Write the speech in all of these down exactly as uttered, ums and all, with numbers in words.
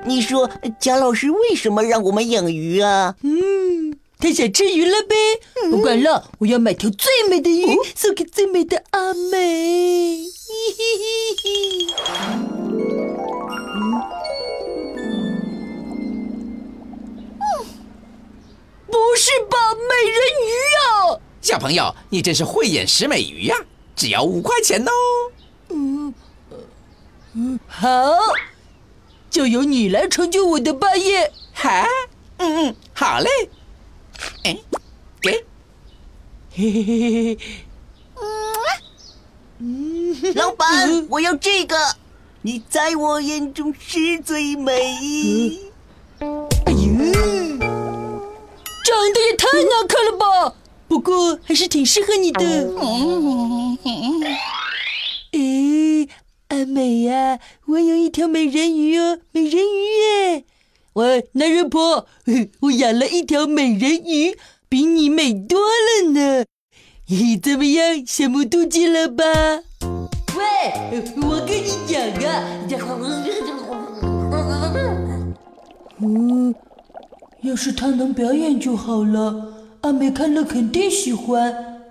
你说贾老师为什么让我们养鱼啊？ 嗯，他想吃鱼了呗。嗯、不管了，我要买条最美的鱼、哦、送给最美的阿美。嘿嘿嘿嘿。嗯不是吧，美人鱼啊！ 小朋友，你真是慧眼识美鱼呀、啊！只要五块钱哦。 嗯嗯，好，就由你来成就我的霸业。 哈，嗯嗯，好嘞。哎，给。 嘿嘿嘿嘿。 嗯，老板，嗯、我要这个。你在我眼中是最美。 嗯、哎呦！长得也太难看了吧！不过还是挺适合你的。哎，阿美呀、啊，我有一条美人鱼哦，美人鱼耶！喂，男人婆，我养了一条美人鱼，比你美多了呢。嘿，怎么样，羡慕妒忌了吧？喂，我跟你讲啊，嗯。要是他能表演就好了，阿美看了肯定喜欢。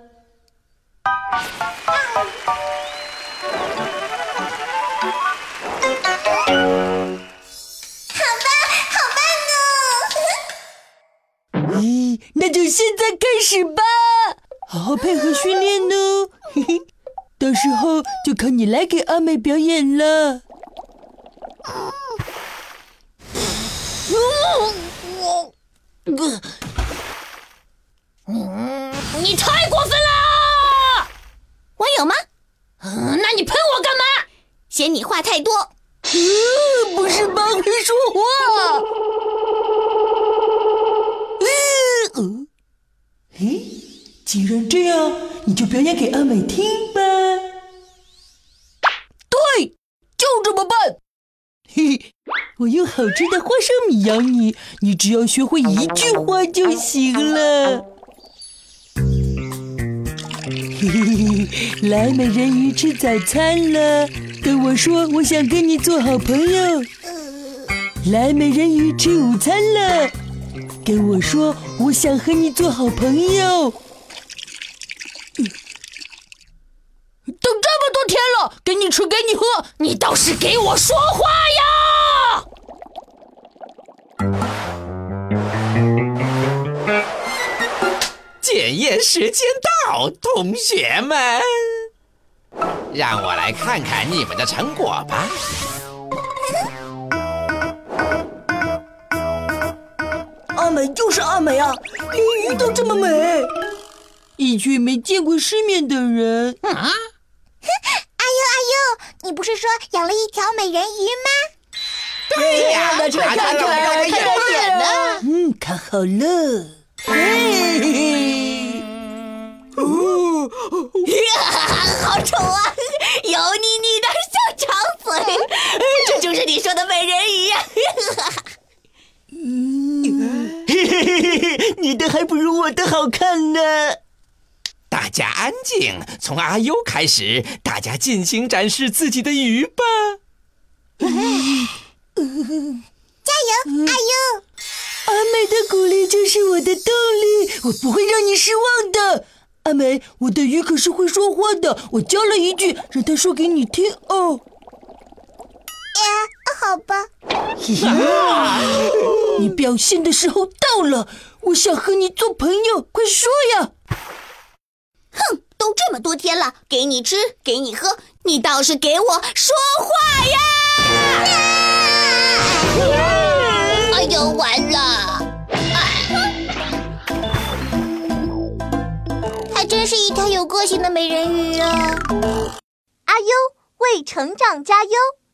好棒，好棒哦！咦，那就现在开始吧，好好配合训练哦。嘿嘿，到时候就靠你来给阿美表演了。 嗯，你太过分了！我有吗？嗯，那你喷我干嘛？嫌你话太多。 嗯，不是吧？会说话。嗯，嘿，既然这样，你就表演给阿美听吧。对，就这么办。嘿嘿，我用好吃的花生米养你，你只要学会一句话就行了。嘿嘿嘿，来，美人鱼吃早餐了，跟我说我想跟你做好朋友。来，美人鱼吃午餐了，跟我说我想和你做好朋友。都这么多天了，给你吃给你喝，你倒是给我说话呀！ 检验时间到，同学们，让我来看看你们的成果吧。 阿美就是阿美啊，连鱼都这么美，一群没见过世面的人啊！ 阿优阿优，你不是说养了一条美人鱼吗？ 对呀， 快看看，看看眼呢！嗯，看好了。嘿嘿嘿， 哦，好丑啊！油腻腻的小长嘴，这就是你说的美人鱼呀！ 嗯，嘿嘿嘿嘿，你的还不如我的好看呢。 大家安静，从阿优开始，大家尽情展示自己的鱼吧。 加油，阿优！ 阿美的鼓励就是我的动力，我不会让你失望的。阿美，我的鱼可是会说话的，我教了一句，让它说给你听哦。 呀，好吧。 你表现的时候到了，我想和你做朋友，快说呀！ 哼，都这么多天了，给你吃，给你喝，你倒是给我说话呀！哎呦，完了！还真是一条有个性的美人鱼啊！ 阿优为成长加油。